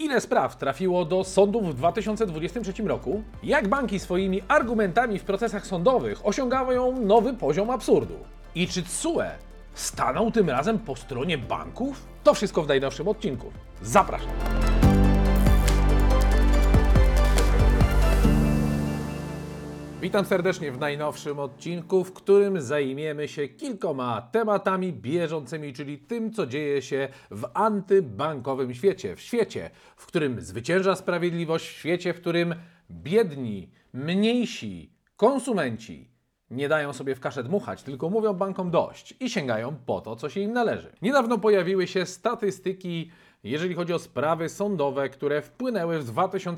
Ile spraw trafiło do sądów w 2023 roku? Jak banki swoimi argumentami w procesach sądowych osiągają nowy poziom absurdu? I czy TSUE stanął tym razem po stronie banków? To wszystko w najnowszym odcinku. Zapraszam! Witam serdecznie w najnowszym odcinku, w którym zajmiemy się kilkoma tematami bieżącymi, czyli tym, co dzieje się w antybankowym świecie. W świecie, w którym zwycięża sprawiedliwość, w świecie, w którym biedni, mniejsi konsumenci nie dają sobie w kaszę dmuchać, tylko mówią bankom dość i sięgają po to, co się im należy. Niedawno pojawiły się statystyki, jeżeli chodzi o sprawy sądowe, które wpłynęły w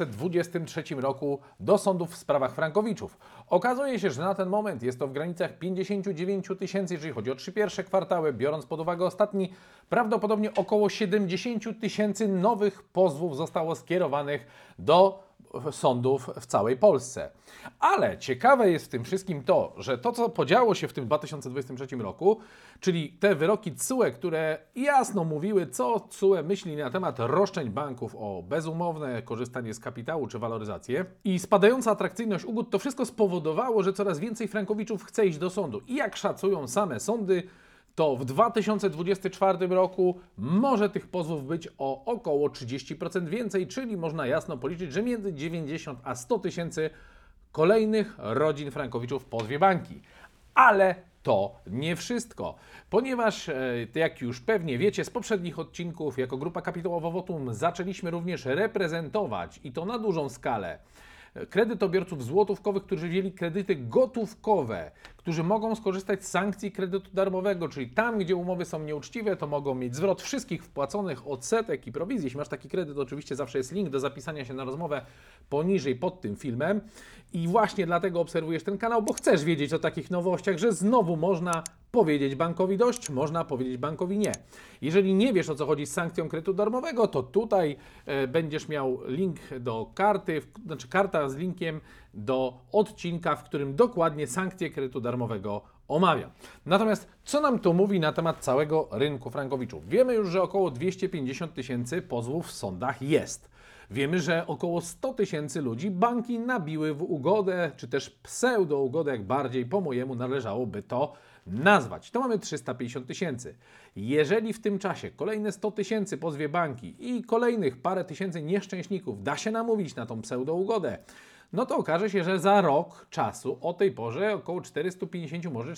2023 roku do sądów w sprawach frankowiczów. Okazuje się, że na ten moment jest to w granicach 59 tysięcy, jeżeli chodzi o 3 pierwsze kwartały, biorąc pod uwagę ostatni, prawdopodobnie około 70 tysięcy nowych pozwów zostało skierowanych do sądów w całej Polsce. Ale ciekawe jest w tym wszystkim to, że to, co podziało się w tym 2023 roku, czyli te wyroki TSUE, które jasno mówiły, co TSUE myśli na temat roszczeń banków o bezumowne korzystanie z kapitału czy waloryzację i spadająca atrakcyjność ugód, to wszystko spowodowało, że coraz więcej frankowiczów chce iść do sądu. I jak szacują same sądy, to w 2024 roku może tych pozwów być o około 30% więcej, czyli można jasno policzyć, że między 90 a 100 tysięcy kolejnych rodzin frankowiczów pozwie banki. Ale to nie wszystko, ponieważ jak już pewnie wiecie z poprzednich odcinków, jako Grupa Kapitałowa Votum zaczęliśmy również reprezentować, i to na dużą skalę, kredytobiorców złotówkowych, którzy wzięli kredyty gotówkowe, którzy mogą skorzystać z sankcji kredytu darmowego, czyli tam, gdzie umowy są nieuczciwe, to mogą mieć zwrot wszystkich wpłaconych odsetek i prowizji. Jeśli masz taki kredyt, to oczywiście zawsze jest link do zapisania się na rozmowę poniżej pod tym filmem. I właśnie dlatego obserwujesz ten kanał, bo chcesz wiedzieć o takich nowościach, że znowu można powiedzieć bankowi dość, można powiedzieć bankowi nie. Jeżeli nie wiesz, o co chodzi z sankcją kredytu darmowego, to tutaj będziesz miał link do karty, znaczy karta z linkiem do odcinka, w którym dokładnie sankcje kredytu darmowego omawiam. Natomiast co nam to mówi na temat całego rynku frankowiczów? Wiemy już, że około 250 tysięcy pozwów w sądach jest. Wiemy, że około 100 tysięcy ludzi banki nabiły w ugodę, czy też pseudo-ugodę, jak bardziej po mojemu należałoby to nazwać. To mamy 350 tysięcy. Jeżeli w tym czasie kolejne 100 tysięcy pozwie banki i kolejnych parę tysięcy nieszczęśników da się namówić na tą pseudo-ugodę, no to okaże się, że za rok czasu o tej porze około 450, może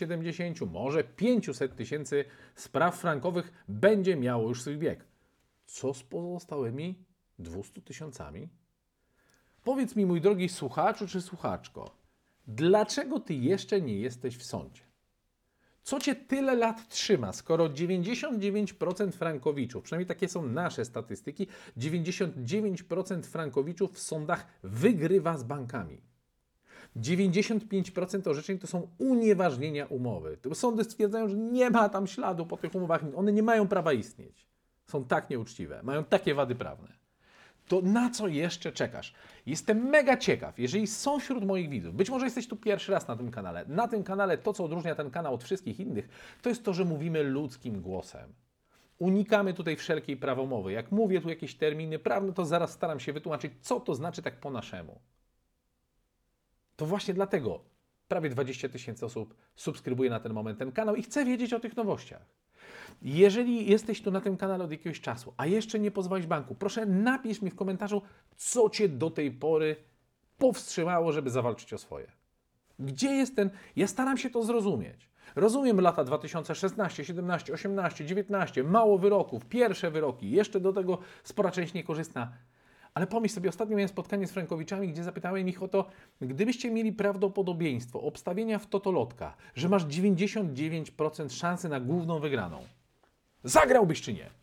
470, może 500 tysięcy spraw frankowych będzie miało już swój bieg. Co z pozostałymi 200 tysiącami? Powiedz mi, mój drogi słuchaczu czy słuchaczko, dlaczego ty jeszcze nie jesteś w sądzie? Co cię tyle lat trzyma, skoro 99% frankowiczów, przynajmniej takie są nasze statystyki, 99% frankowiczów w sądach wygrywa z bankami. 95% orzeczeń to są unieważnienia umowy. Sądy stwierdzają, że nie ma tam śladu po tych umowach, one nie mają prawa istnieć. Są tak nieuczciwe, mają takie wady prawne. To na co jeszcze czekasz? Jestem mega ciekaw, jeżeli są wśród moich widzów, być może jesteś tu pierwszy raz na tym kanale. Na tym kanale to, co odróżnia ten kanał od wszystkich innych, to jest to, że mówimy ludzkim głosem. Unikamy tutaj wszelkiej prawomowy. Jak mówię tu jakieś terminy prawne, to zaraz staram się wytłumaczyć, co to znaczy tak po naszemu. To właśnie dlatego prawie 20 tysięcy osób subskrybuje na ten moment ten kanał i chce wiedzieć o tych nowościach. Jeżeli jesteś tu na tym kanale od jakiegoś czasu, a jeszcze nie pozwałeś banku, proszę napisz mi w komentarzu, co Cię do tej pory powstrzymało, żeby zawalczyć o swoje. Gdzie jest ten... Ja staram się to zrozumieć. Rozumiem lata 2016, 17, 18, 19, mało wyroków, pierwsze wyroki, jeszcze do tego spora część niekorzystna. Ale pomyśl sobie, ostatnio miałem spotkanie z frankowiczami, gdzie zapytałem ich o to, gdybyście mieli prawdopodobieństwo obstawienia w totolotka, że masz 99% szansy na główną wygraną, zagrałbyś czy nie?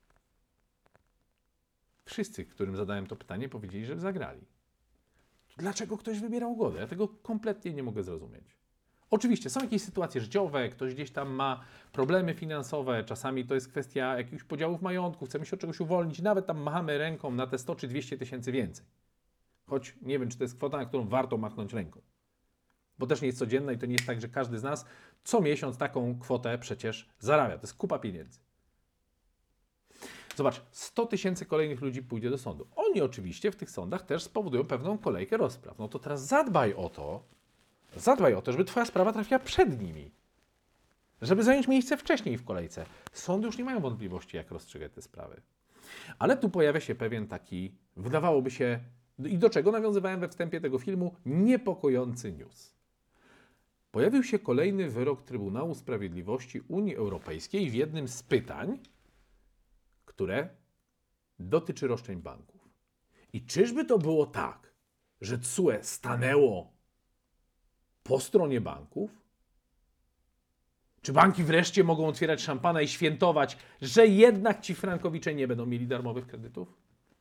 Wszyscy, którym zadałem to pytanie, powiedzieli, że zagrali. Dlaczego ktoś wybiera ugodę? Ja tego kompletnie nie mogę zrozumieć. Oczywiście są jakieś sytuacje życiowe, ktoś gdzieś tam ma problemy finansowe, czasami to jest kwestia jakichś podziałów majątku, chcemy się od czegoś uwolnić, nawet tam machamy ręką na te 100 czy 200 tysięcy więcej. Choć nie wiem, czy to jest kwota, na którą warto machnąć ręką. Bo też nie jest codzienna i to nie jest tak, że każdy z nas co miesiąc taką kwotę przecież zarabia. To jest kupa pieniędzy. Zobacz, 100 000 kolejnych ludzi pójdzie do sądu. Oni oczywiście w tych sądach też spowodują pewną kolejkę rozpraw. No to teraz zadbaj o to, żeby twoja sprawa trafiła przed nimi. Żeby zająć miejsce wcześniej w kolejce. Sądy już nie mają wątpliwości, jak rozstrzygać te sprawy. Ale tu pojawia się pewien taki, wydawałoby się, i do czego nawiązywałem we wstępie tego filmu, niepokojący news. Pojawił się kolejny wyrok Trybunału Sprawiedliwości Unii Europejskiej w jednym z pytań, które dotyczy roszczeń banków. I czyżby to było tak, że TSUE stanęło po stronie banków? Czy banki wreszcie mogą otwierać szampana i świętować, że jednak ci frankowicze nie będą mieli darmowych kredytów?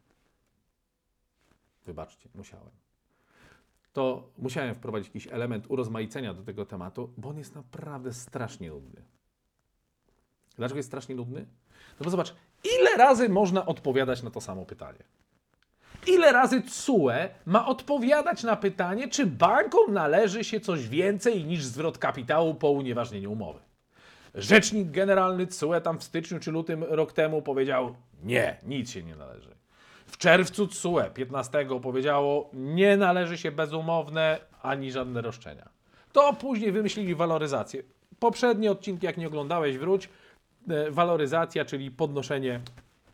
Wybaczcie, musiałem. To musiałem wprowadzić jakiś element urozmaicenia do tego tematu, bo on jest naprawdę strasznie nudny. Dlaczego jest strasznie nudny? No bo zobacz, ile razy można odpowiadać na to samo pytanie? Ile razy TSUE ma odpowiadać na pytanie, czy bankom należy się coś więcej niż zwrot kapitału po unieważnieniu umowy? Rzecznik generalny TSUE tam w styczniu czy lutym rok temu powiedział: nie, nic się nie należy. W czerwcu TSUE 15 powiedziało: nie należy się bezumowne ani żadne roszczenia. To później wymyślili waloryzację. Poprzednie odcinki, jak nie oglądałeś, wróć. Waloryzacja, czyli podnoszenie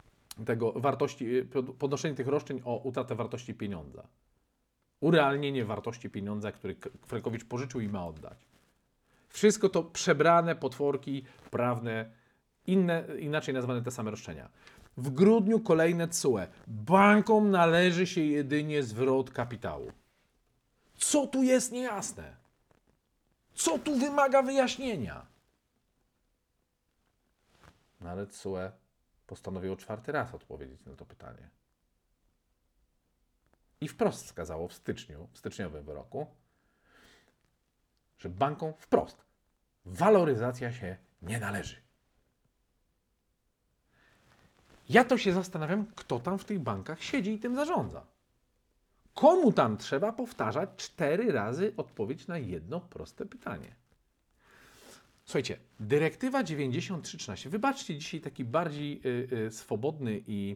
tych roszczeń o utratę wartości pieniądza. Urealnienie wartości pieniądza, który Frankowicz pożyczył i ma oddać. Wszystko to przebrane potworki prawne, inaczej nazwane te same roszczenia. W grudniu kolejne TSUE. Bankom należy się jedynie zwrot kapitału. Co tu jest niejasne? Co tu wymaga wyjaśnienia? No ale TSUE postanowiło 4. raz odpowiedzieć na to pytanie. I wprost wskazało w styczniowym wyroku, że bankom wprost waloryzacja się nie należy. Ja to się zastanawiam, kto tam w tych bankach siedzi i tym zarządza. Komu tam trzeba powtarzać 4 razy odpowiedź na jedno proste pytanie? Słuchajcie, dyrektywa 93/13. Wybaczcie dzisiaj taki bardziej swobodny i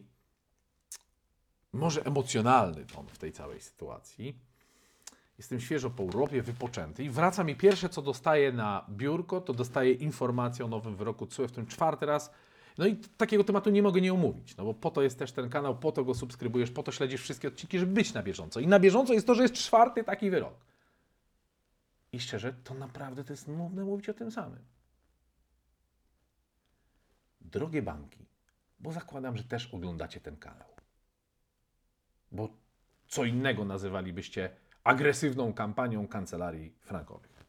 może emocjonalny ton w tej całej sytuacji. Jestem świeżo po urlopie, wypoczęty i wraca mi pierwsze, co dostaję na biurko, to dostaję informację o nowym wyroku TSUE, w tym 4. raz. No i takiego tematu nie mogę nie omówić, no bo po to jest też ten kanał, po to go subskrybujesz, po to śledzisz wszystkie odcinki, żeby być na bieżąco. I na bieżąco jest to, że jest 4. taki wyrok. I szczerze, to naprawdę to jest nudne mówić o tym samym. Drogie banki, bo zakładam, że też oglądacie ten kanał. Bo co innego nazywalibyście agresywną kampanią kancelarii frankowych.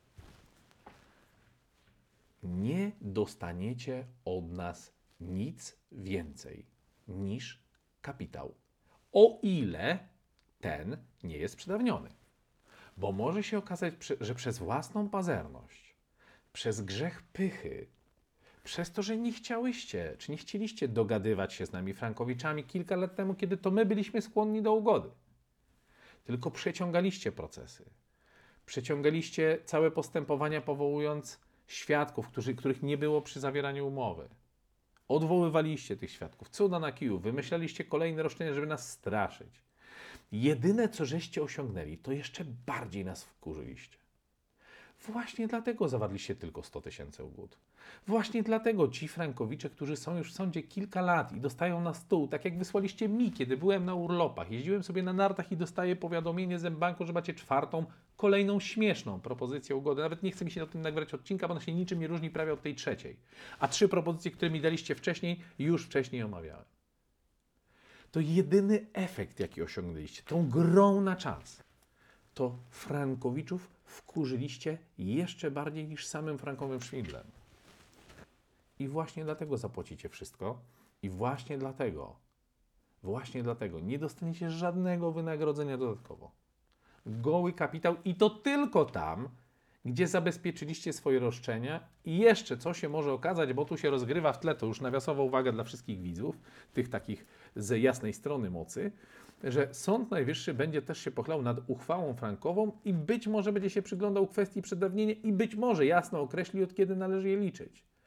Nie dostaniecie od nas nic więcej niż kapitał, o ile ten nie jest przedawniony. Bo może się okazać, że przez własną pazerność, przez grzech pychy, przez to, że nie chciałyście, czy nie chcieliście dogadywać się z nami frankowiczami kilka lat temu, kiedy to my byliśmy skłonni do ugody. Tylko przeciągaliście procesy. Przeciągaliście całe postępowania, powołując świadków, których nie było przy zawieraniu umowy. Odwoływaliście tych świadków. Cuda na kiju. Wymyślaliście kolejne roszczenia, żeby nas straszyć. Jedyne, co żeście osiągnęli, to jeszcze bardziej nas wkurzyliście. Właśnie dlatego zawarliście tylko 100 000 ugód. Właśnie dlatego ci frankowicze, którzy są już w sądzie kilka lat i dostają na stół, tak jak wysłaliście mi, kiedy byłem na urlopach, jeździłem sobie na nartach i dostaję powiadomienie z mBanku, że macie 4., kolejną śmieszną propozycję ugody. Nawet nie chcę mi się o tym nagrywać odcinka, bo ona się niczym nie różni prawie od tej 3. A 3 propozycje, które mi daliście wcześniej, już wcześniej omawiałem. To jedyny efekt, jaki osiągnęliście, tą grą na czas, to frankowiczów wkurzyliście jeszcze bardziej niż samym frankowym szwindlem. I właśnie dlatego zapłacicie wszystko i właśnie dlatego nie dostaniecie żadnego wynagrodzenia dodatkowo. Goły kapitał i to tylko tam, gdzie zabezpieczyliście swoje roszczenia i jeszcze co się może okazać, bo tu się rozgrywa w tle, to już nawiasowa uwaga dla wszystkich widzów, tych takich z jasnej strony mocy, że Sąd Najwyższy będzie też się pochylał nad uchwałą frankową i być może będzie się przyglądał kwestii przedawnienia i być może jasno określi, od kiedy należy je liczyć.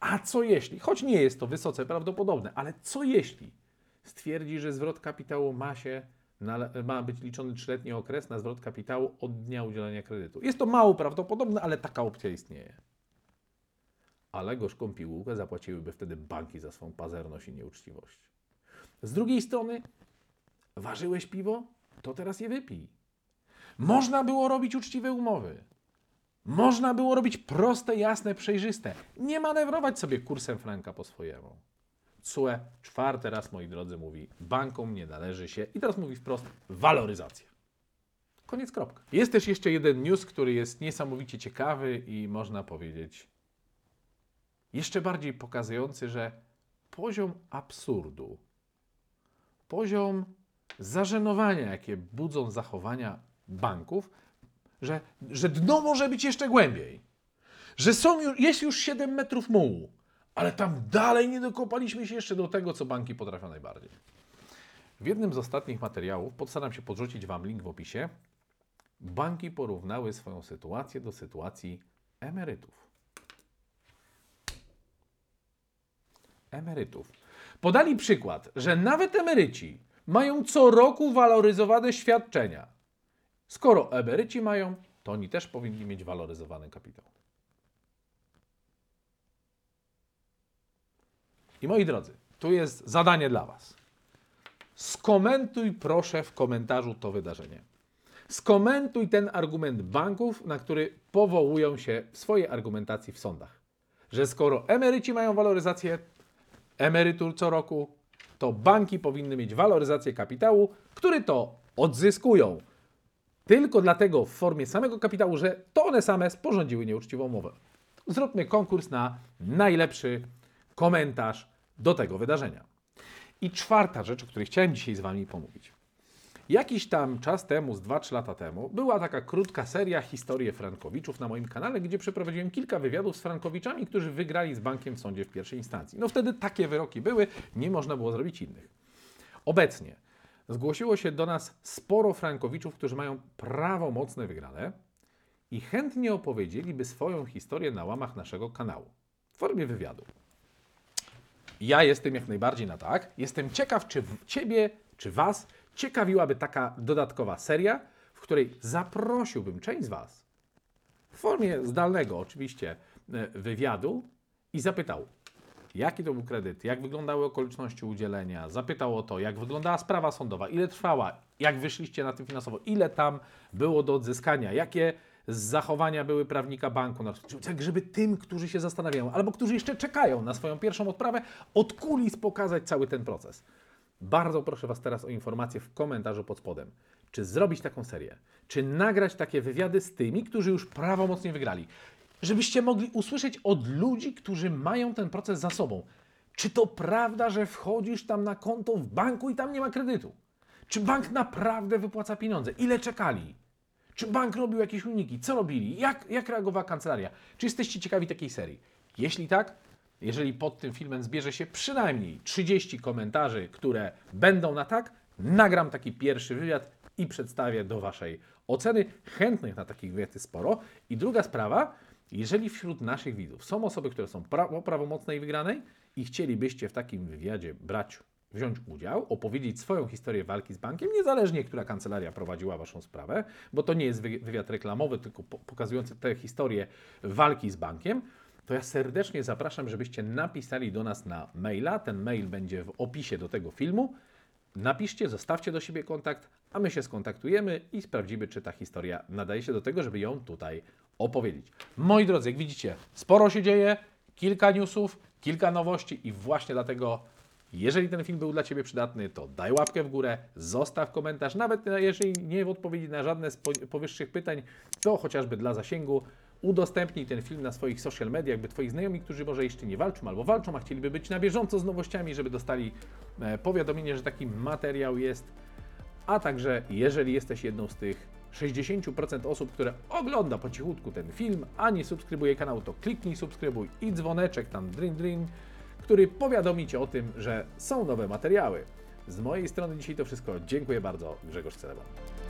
A co jeśli, choć nie jest to wysoce prawdopodobne, ale co jeśli stwierdzi, że zwrot kapitału ma być liczony 3-letni okres na zwrot kapitału od dnia udzielenia kredytu. Jest to mało prawdopodobne, ale taka opcja istnieje. Ale gorzką pigułkę zapłaciłyby wtedy banki za swą pazerność i nieuczciwość. Z drugiej strony, ważyłeś piwo? To teraz je wypij. Można było robić uczciwe umowy. Można było robić proste, jasne, przejrzyste. Nie manewrować sobie kursem franka po swojemu. TSUE 4. raz, moi drodzy, mówi, bankom nie należy się, i teraz mówi wprost, waloryzacja. Koniec, kropka. Jest też jeszcze jeden news, który jest niesamowicie ciekawy i można powiedzieć jeszcze bardziej pokazujący, że poziom absurdu, poziom zażenowania, jakie budzą zachowania banków, że dno może być jeszcze głębiej, że jest już 7 metrów mułu, ale tam dalej nie dokopaliśmy się jeszcze do tego, co banki potrafią najbardziej. W jednym z ostatnich materiałów, postaram się podrzucić Wam link w opisie, banki porównały swoją sytuację do sytuacji emerytów. Podali przykład, że nawet emeryci mają co roku waloryzowane świadczenia. Skoro emeryci mają, to oni też powinni mieć waloryzowany kapitał. I moi drodzy, tu jest zadanie dla Was. Skomentuj proszę w komentarzu to wydarzenie. Skomentuj ten argument banków, na który powołują się w swojej argumentacji w sądach. Że skoro emeryci mają waloryzację emerytur co roku, to banki powinny mieć waloryzację kapitału, który to odzyskują tylko dlatego w formie samego kapitału, że to one same sporządziły nieuczciwą umowę. Zróbmy konkurs na najlepszy komentarz do tego wydarzenia. I czwarta rzecz, o której chciałem dzisiaj z Wami pomówić. Jakiś tam czas temu, z 2-3 lata temu, była taka krótka seria Historie Frankowiczów na moim kanale, gdzie przeprowadziłem kilka wywiadów z Frankowiczami, którzy wygrali z bankiem w sądzie w pierwszej instancji. No wtedy takie wyroki były, nie można było zrobić innych. Obecnie zgłosiło się do nas sporo Frankowiczów, którzy mają prawomocne wygrane i chętnie opowiedzieliby swoją historię na łamach naszego kanału w formie wywiadu. Ja jestem jak najbardziej na tak. Jestem ciekaw, czy Ciebie, czy Was ciekawiłaby taka dodatkowa seria, w której zaprosiłbym część z Was w formie zdalnego oczywiście wywiadu i zapytał, jaki to był kredyt, jak wyglądały okoliczności udzielenia, zapytał o to, jak wyglądała sprawa sądowa, ile trwała, jak wyszliście na tym finansowo, ile tam było do odzyskania, jakie zachowania były prawnika banku, tak żeby tym, którzy się zastanawiają, albo którzy jeszcze czekają na swoją pierwszą odprawę, od kulis pokazać cały ten proces. Bardzo proszę Was teraz o informację w komentarzu pod spodem. Czy zrobić taką serię? Czy nagrać takie wywiady z tymi, którzy już prawomocnie wygrali? Żebyście mogli usłyszeć od ludzi, którzy mają ten proces za sobą. Czy to prawda, że wchodzisz tam na konto w banku i tam nie ma kredytu? Czy bank naprawdę wypłaca pieniądze? Ile czekali? Czy bank robił jakieś uniki? Co robili? Jak reagowała kancelaria? Czy jesteście ciekawi takiej serii? Jeśli tak, jeżeli pod tym filmem zbierze się przynajmniej 30 komentarzy, które będą na tak, nagram taki pierwszy wywiad i przedstawię do Waszej oceny. Chętnych na takich wywiady sporo. I druga sprawa, jeżeli wśród naszych widzów są osoby, które są prawomocnej i wygranej i chcielibyście w takim wywiadzie wziąć udział, opowiedzieć swoją historię walki z bankiem, niezależnie, która kancelaria prowadziła Waszą sprawę, bo to nie jest wywiad reklamowy, tylko pokazujący tę historię walki z bankiem, to ja serdecznie zapraszam, żebyście napisali do nas na maila. Ten mail będzie w opisie do tego filmu. Napiszcie, zostawcie do siebie kontakt, a my się skontaktujemy i sprawdzimy, czy ta historia nadaje się do tego, żeby ją tutaj opowiedzieć. Moi drodzy, jak widzicie, sporo się dzieje, kilka newsów, kilka nowości i właśnie dlatego, jeżeli ten film był dla Ciebie przydatny, to daj łapkę w górę, zostaw komentarz, nawet jeżeli nie w odpowiedzi na żadne z powyższych pytań, to chociażby dla zasięgu. Udostępnij ten film na swoich social mediach, by Twoi znajomi, którzy może jeszcze nie walczą albo walczą, a chcieliby być na bieżąco z nowościami, żeby dostali powiadomienie, że taki materiał jest. A także, jeżeli jesteś jedną z tych 60% osób, które ogląda po cichutku ten film, a nie subskrybuje kanału, to kliknij subskrybuj i dzwoneczek tam dring, który powiadomi Cię o tym, że są nowe materiały. Z mojej strony dzisiaj to wszystko. Dziękuję bardzo. Grzegorz Celeban.